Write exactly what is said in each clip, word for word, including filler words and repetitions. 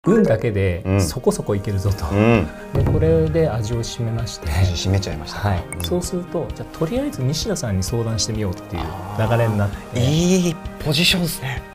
運だけでそこそこいけるぞと、うん、でこれで味を占めまして味占めちゃいました、 はい、うん、そうするとじゃあとりあえず西田さんに相談してみようっていう流れになって、 いいポジションですね。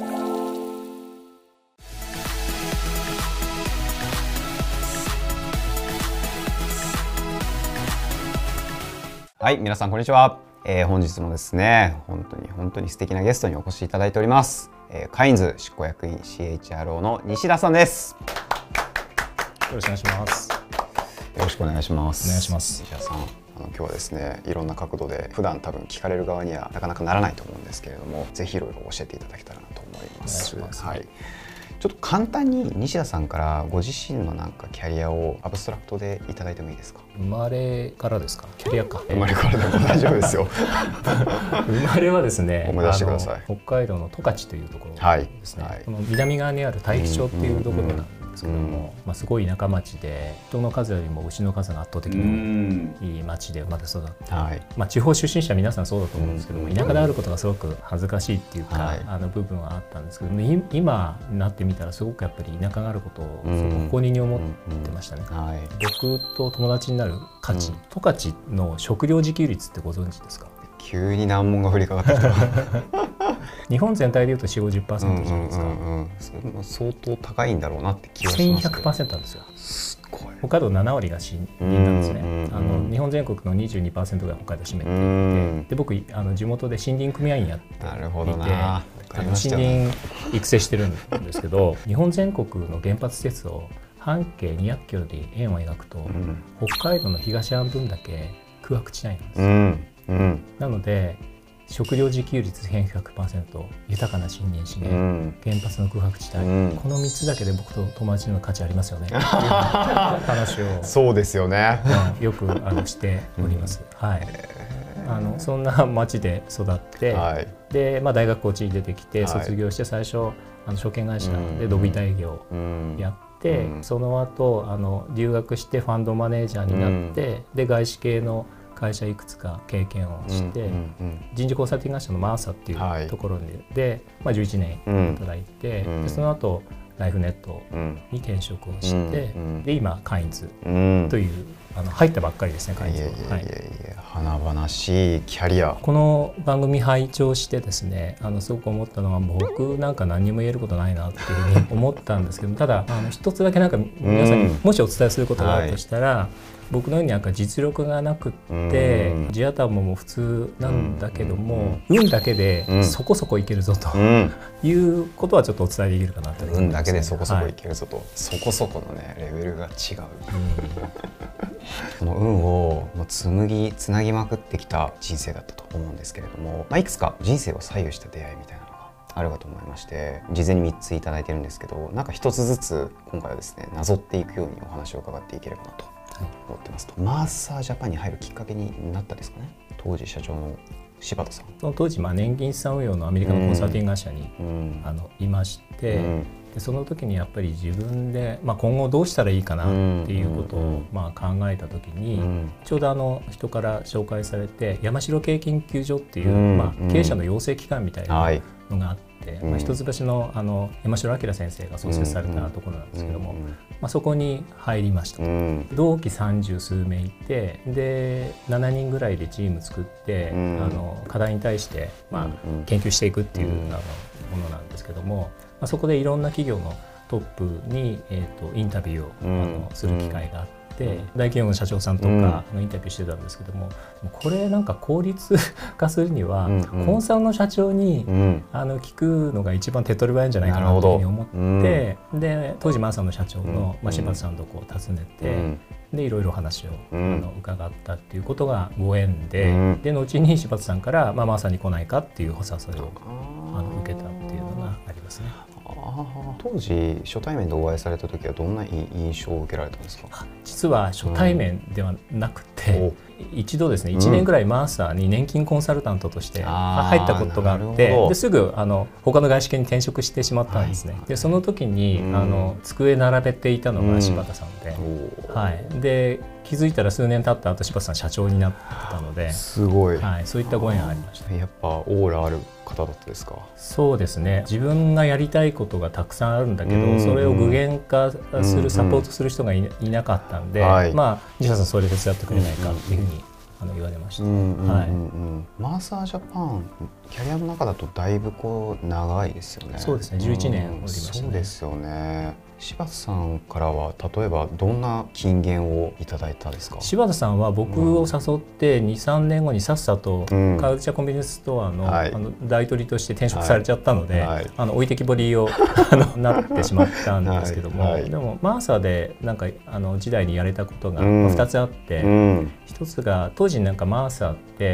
はい、皆さんこんにちは。えー、本日もですね、本当に本当に素敵なゲストにお越しいただいております。えー、カインズ執行役員 シーエイチアールオー の西田さんです。 よろしくお願いします。 よろしくお願いします。 お願いします。 西田さん、あの今日はですね、いろんな角度で普段多分聞かれる側にはなかなかならないと思うんですけれども、ぜひいろいろ教えていただけたらなと思います。 お願いします。 はい。ちょっと簡単に西田さんからご自身のなんかキャリアをアブストラクトでいただいてもいいですか？ 生まれからですか？キャリアか。 生まれからでも大丈夫ですよ。 生まれはですね、 思い出してください。 北海道の十勝というところですね。 はいはい、 この南側にある大樹町っていうところなんですけども、まあすごい田舎町で人の数よりも牛の数が圧倒的に多い町で生まれ育って、はい、まあ地方出身者皆さんそうだと思うんですけども、田舎であることがすごく恥ずかしいっていうか、はい、あの部分はあったんですけども、今になってみたらすごくやっぱり田舎があることを誇りに思ってましたね。はい、僕と友達になる価値、十勝の食料自給率ってご存知ですか？ 急に難問が降りかかってきた。 日本全体でいうと よんじゅう、ごじゅっパーセント じゃないですか。 それも相当高いんだろうなって気がします。 せんひゃくパーセント なんですよ。すごい。北海道ななわりが森林なんですね。あの日本全国の にじゅうにパーセント が北海道占めていて、で僕あの地元で森林組合員やっていて、 なるほどな。 森林育成してるんですけど、日本全国の原発施設を半径にひゃくキロで円を描くと、うん、北海道の東半分だけ空白地帯なんですよ。うんうん、なので食料自給率 せんひゃくパーセント、 豊かな森林資源、うん、原発の空白地帯、うん、このみっつだけで僕と友達の価値ありますよねっていう話をそうですよね、 うん、よくあのしております。うん、はい、あのそんな町で育って、はい、でまあ、大学こっちに出てきて卒業して最初、はい、あの証券会社でドブ板営業やって、うん、その後あの留学してファンドマネージャーになって、うん、で外資系の会社いくつか経験をして、うんうんうん、人事コンサルティング会社のマーサっていうところで、はい、まあ、じゅういちねん働いて、うん、でその後ライフネットに転職をして、うん、で今カインズという、あの入ったばっかりですね、カインズは。 華々しいキャリア。 この番組拝聴してですね、あのすごく思ったのは、僕なんか何にも言えることないなっていうふうに思ったんですけど、ただあの一つだけなんか皆さんにもしお伝えすることがあるとしたら、はい、僕のようになんか実力がなくって地頭も普通なんだけども、運だけでそこそこいけるぞということはちょっとお伝えできるかなと思います。 運だけでそこそこいけるぞと、はい、そこそこのねレベルが違う。その運をもう紡ぎつなぎまくってきた人生だったと思うんですけれども、まあ、いくつか人生を左右した出会いみたいなのがあるかと思いまして、事前にみっついただいてるんですけど、なんかひとつずつ今回はですねなぞっていくようにお話を伺っていければなと思ってます。とマーサージャパンに入るきっかけになったですかね。当時社長の柴田さん、 その当時、まあ、年金資産運用のアメリカのコンサルティング会社に、うん、あのいまして、うん、でその時にやっぱり自分で、まあ、今後どうしたらいいかなっていうことを、まあ、考えた時に、うん、ちょうどあの人から紹介されて山城経営研究所っていう、うん、まあ、経営者の養成機関みたいなのがあって、うん、まあ、一橋の、あの山城明先生が創設されたところなんですけども、まあ、そこに入りました。うん、同期三十数名いて、でしちにんぐらいでチーム作って、うん、あの課題に対して、まあ、研究していくっていう、うん、あのものなんですけども、まあ、そこでいろんな企業のトップに、えー、とインタビューを、うん、あのする機会があって。大企業の社長さんとかのインタビューしてたんですけども、うん、これなんか効率化するには、うんうん、コンサルの社長に、うん、あの聞くのが一番手っ取り早いんじゃないかなというふうに思って、うん、で当時マーサーの社長の、まあ、柴田さんとこう訪ねて、うん、でいろいろ話を、うん、あの伺ったっていうことがご縁で、うん、で後に柴田さんから、まあ、マーサーに来ないかっていうお誘いをあの受けたっていうのがありますね。 当時初対面でお会いされた時はどんな印象を受けられたんですか？ 実は初対面ではなくて、うん、一度ですねいちねんぐらいマーサーに年金コンサルタントとして入ったことがあって、ですぐあの他の外資系に転職してしまったんですね。はい、でその時に、うん、あの机並べていたのが柴田さんで、うん、はい、で気づいたら数年経った後柴田さん社長になってたので、 すごい、 はい、そういったご縁がありました。 やっぱオーラある方だったですか？ そうですね、自分がやりたいことがたくさんあるんだけど、うんうん、それを具現化するサポートする人が い,、うんうん、いなかったんで、はい、まあ西田さんそれ手伝ってくれないかっていうふうに、うんうん、あの言われました。 マーサージャパンキャリアの中だとだいぶこう長いですよね。 そうですね、じゅういちねんおりましたね。 そうですよね。柴田さんからは例えばどんな金言をいただいたんですか？柴田さんは僕を誘ってに、さんねんごにさっさとカルチャーコンビニエンスストア の,、うん、あの大取りとして転職されちゃったので、はいはい、あの置いてきぼりをなってしまったんですけども、はいはい、でもマーサーでなんかあの時代にやれたことがふたつあって、うん、ひとつが当時なんかマーサーって、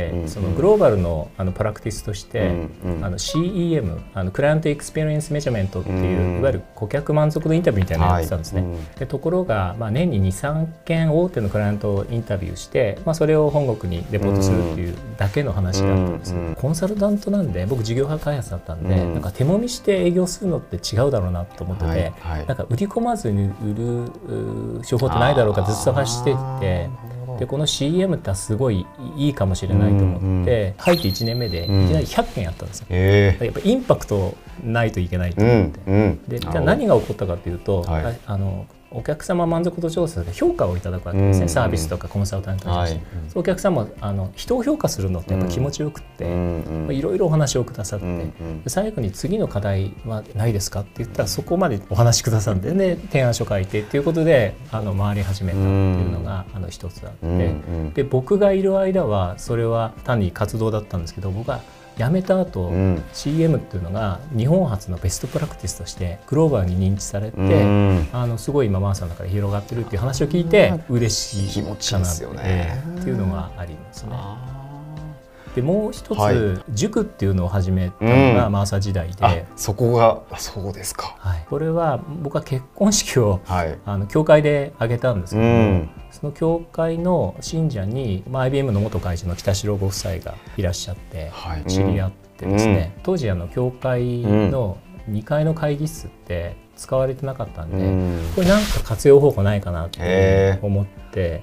うん、そのグローバル の, あのプラクティスとして、うんうん、あの シーイーエム あのクライアントエクスペリエンスメジャーメントっていう、うん、いわゆる顧客満足度インタビューみたいなのをやってたんですね。はい、うん、でところが、まあ、年にに、さんけん大手のクライアントをインタビューして、まあ、それを本国にレポートするっていうだけの話だったんですけど、うんうん、コンサルタントなんで僕事業派開発だったんで、うん、なんか手もみして営業するのって違うだろうなと思ってて、はいはい、なんか売り込まずに売る手法ってないだろうかずっと探していて、でこの シーイーエム ってすごいいいかもしれないと思って、うんうん、入っていちねんめでいきなりひゃっけんやったんですよ。えー、やっぱインパクトないといけないと思って、うんうん、でじゃあ何が起こったかというと、はい、あのお客様満足度調査で評価をいただくわけですね、うんうん、サービスとかコンサルタントに対して、はい、お客様もあの人を評価するのってやっぱ気持ちよくっていろいろお話をくださって、うんうん、最後に次の課題はないですかって言ったらそこまでお話しくださって、で提案書書いてっていうことであの回り始めたっていうのがあの一つあって、うんうん、で僕がいる間はそれは単に活動だったんですけど、僕は辞めた後、うん、シーイーエム っていうのが日本初のベストプラクティスとしてグローバルに認知されて、うん、あのすごい今マーサーの中で広がってるっていう話を聞いて嬉しいかなっていうのがありますね。でもう一つ、はい、塾っていうのを始めたのがマーサー時代で、うん、 そこがそうですか、 はい、これは僕は結婚式を、はい、あの教会で挙げたんですけども、うん、その教会の信者に、まあ、アイビーエム の元会長の北城ご夫妻がいらっしゃって、はい、知り合ってですね、うん、当時あの教会のにかいの会議室って使われてなかったんで、うん、これなんか活用方法ないかなと思って、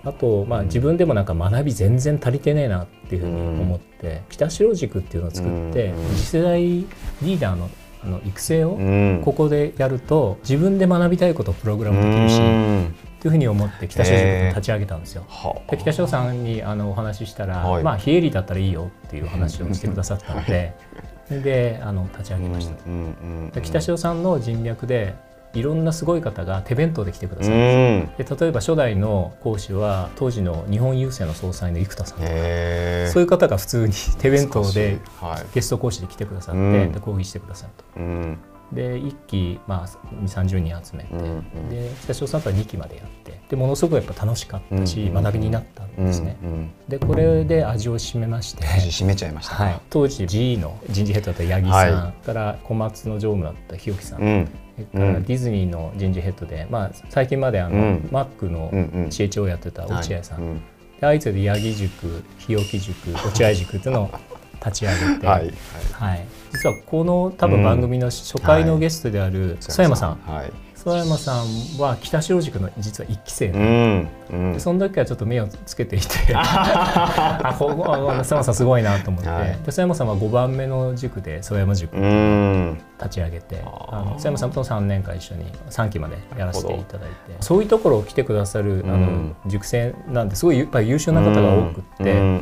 あと、まあ、自分でもなんか学び全然足りてねえなっていうふうに思って、うん、北城塾っていうのを作って、うん、次世代リーダーのあの育成をここでやると自分で学びたいことをプログラムできるし、うん、というふうに思って北城塾を立ち上げたんですよ。で北城さんにあのお話ししたら、はい、まあ非営利だったらいいよっていう話をしてくださったので、はい、であの立ち上げました。で北城さんの人脈でいろんなすごい方が手弁当で来てくださるんです。で例えば初代の講師は当時の日本郵政の総裁の生田さんとか、そういう方が普通に手弁当でゲスト講師で来てくださって、で講義してくださると。でいっき、まあ、にじゅう、さんじゅうにん集めて、うんうん、で北城さんとはにきまでやってでものすごくやっぱ楽しかったし、うんうん、学びになったんですね、うんうん、でこれで味を占めまして味占めちゃいました、 はい、当時 ジー の人事ヘッドだった八木さん、はい、から小松の常務だった日置さん、うん、それからディズニーの人事ヘッドで、まあ、最近まであの、うん、マックの シーエイチオー をやってた落合さん、はい、うん、であいつで八木塾、日置塾、落合塾っていうのを立ち上げて、はいはいはい、実はこの多分番組の初回のゲストである曽山さん、はい、曽山さんは北城塾の実はいっきせいで、うんうん、でその時はちょっと目をつけていてあここ曽山さんすごいなと思って、はい、で曽山さんはごばんめの塾で曽山塾を立ち上げて、あの曽山さんとさんねんかん一緒にさんきまでやらせていただいて、そういうところを来てくださる、うん、あの塾生なんですごいやっぱり優秀な方が多くって、うんうん、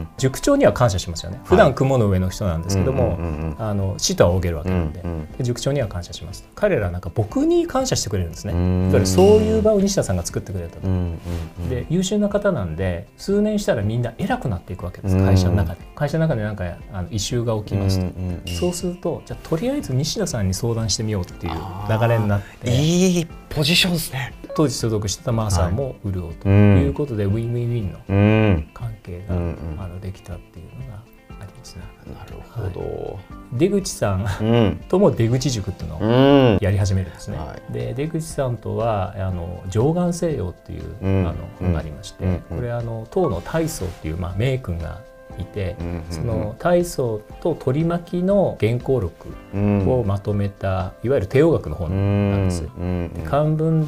塾長には感謝しますよね。普段雲の上の人なんですけども、あの師とは仰げるわけなんで、うんうん、で塾長には感謝しますと。彼らなんか僕に感謝してくれるんですね。だからそういう場を西田さんが作ってくれたと。で優秀な方なんで数年したらみんな偉くなっていくわけです。会社の中で会社の中でなんかあの異臭が起きますと、そうするとじゃあとりあえず西田さんに相談してみようっていう流れになって、 いいポジションですね。 当時所属してたマーサーも潤うということで、はい、ウィンウィンウィンの関係が、うんうん、あのできたっていうのがありますね。 なるほど、はい、出口さんとも出口塾っていうのをやり始めるんですね、うんはい、で出口さんとはあの上岸西洋っていう、うん、あの本がありまして、うん、これあの唐の大宗っていう、まあ、名君がいて、うん、その大宗と取り巻きの原稿録をまとめたいわゆる帝王学の本なんです、うん、漢文で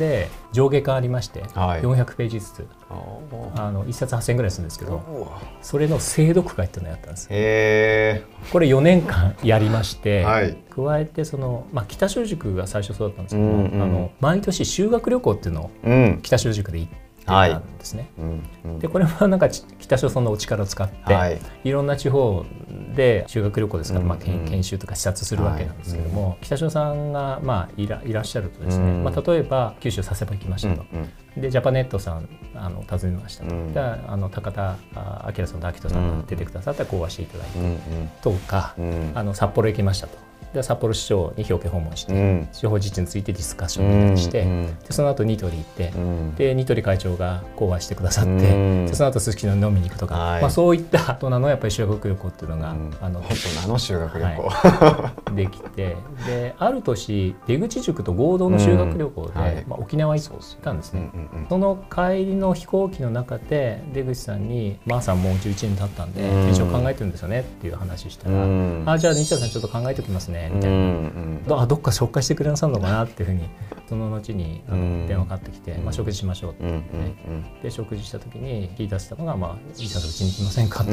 上下巻ありまして、 はい、 よんひゃくページずつあのいっさつはっせんえんぐらいするんですけど、それの精読会っていうのをやったんです。 へー。 これよねんかんやりまして、 はい、 加えてその、まあ、北小塾が最初そうだったんですけど、うんうん、あの毎年修学旅行っていうのを北小塾で行ってたんですね。でこれはなんか北小そのお力を使って、はい、いろんな地方で修学旅行ですから、まあ、研修とか視察するわけなんですけども、はい、北小さんが、まあ、いら、いらっしゃるとですね、まあ、例えば九州佐世保行きましたと、うんうん、でジャパネットさんあの訪ねましたと、うん、であの高田明さんと明人さんが出てくださったら講話していただいて、うんうん、とか、うん、あの札幌行きましたと。で札幌市長に表敬訪問して、うん、地方自治についてディスカッションして、うん、でその後ニトリ行って、うん、でニトリ会長が講話してくださって、うん、でその後すすきの飲みに行くとか、はい、まあ、そういった大人のやっぱり修学旅行っていうのが、うん、 あの大人の修学旅行、 はい、できて、である年出口塾と合同の修学旅行で、うん、はい、まあ、沖縄行ったんですね。そ, その帰りの飛行機の中で出口さんに「まあさんもうじゅういちねん経ったんで転職考えてるんですよね」っていう話したら「うん、あじゃあ西田さんちょっと考えておきますね」みたいな、うんうん、あどっか紹介してくれなさるのかなっていうふうにその後にあの電話かかってきて、まあ、食事しましょうって言って、ね、で食事した時に聞き出したのが「まあ、西田さんうちに来ませんか?」と、うん、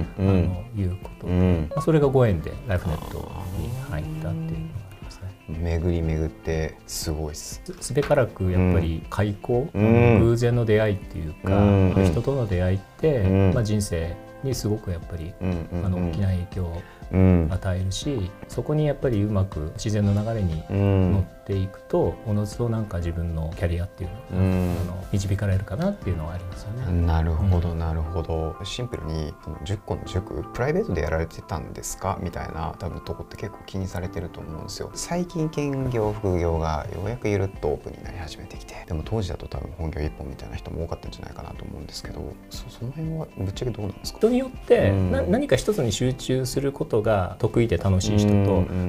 あのいうことで、まあ、それがご縁でライフネットに入ったっていうのがありますね。 巡り巡ってすごいっす。 すべからくやっぱり開口、うん、偶然の出会いっていうか、うん、人との出会いって、うん、まあ、人生にすごくやっぱり、うん、あの大きな影響を与えるし、うん、そこにやっぱりうまく自然の流れに乗っていくと、おのずとなんか自分のキャリアっていうのが、うん、あの導かれるかなっていうのはありますよね。 なるほどなるほど。シンプルにそのじゅっこの塾プライベートでやられてたんですかみたいな多分とこって結構気にされてると思うんですよ。最近兼業副業がようやくゆるっとオープンになり始めてきて、でも当時だと多分本業一本みたいな人も多かったんじゃないかなと思うんですけど、 そ, その辺はぶっちゃけどうなんですか？ 人によって、うん、な何か一つに集中することが得意で楽しい人と、うん、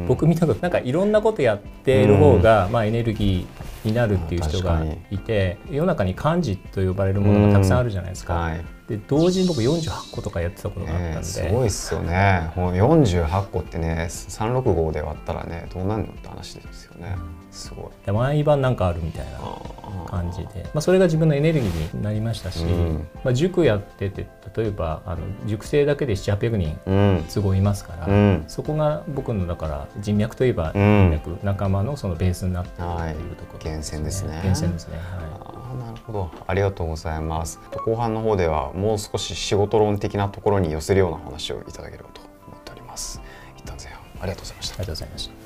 僕みたくなんかいろんなことやっている方が、うん、まあ、エネルギーになるっていう人がいて、世の中に幹事と呼ばれるものがたくさんあるじゃないですか。うん、はい、で同時に僕よんじゅうはちことかやってたことがあったんで、えー、 すごいっすよね。よんじゅうはちこってねさんびゃくろくじゅうごで割ったらねどうなんのって話ですよね。すごい。 で毎晩なんかあるみたいな感じで、まあ、それが自分のエネルギーになりましたし、うん、まあ、塾やってて例えばあの塾生だけでななひゃくはっぴゃくにん都合いますから、うん、そこが僕のだから人脈といえば人脈、うん、仲間のそのベースになっているというところ、はい、 源泉ですね。 源泉ですね。はい、 なるほど、ありがとうございます。後半の方ではもう少し仕事論的なところに寄せるような話をいただければと思っております。一旦前半ありがとうございました。 ありがとうございました。